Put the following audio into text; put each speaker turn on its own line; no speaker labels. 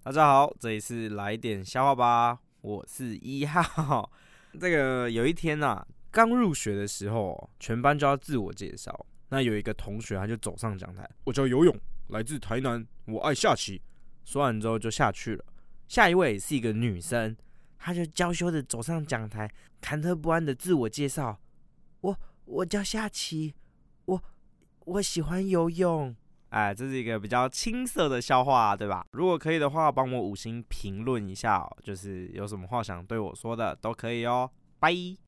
大家好，这里是来点笑话吧，我是1号。有一天啊，刚入学的时候，全班就要自我介绍。那有一个同学他就走上讲台，我叫游泳，来自台南，我爱下棋。说完之后就下去了。下一位是一个女生，她就娇羞的走上讲台，忐忑不安的自我介绍：我叫下棋，我喜欢游泳。这是一个比较青涩的笑话，对吧？如果可以的话，帮我5星评论一下就是有什么话想对我说的都可以哦。拜。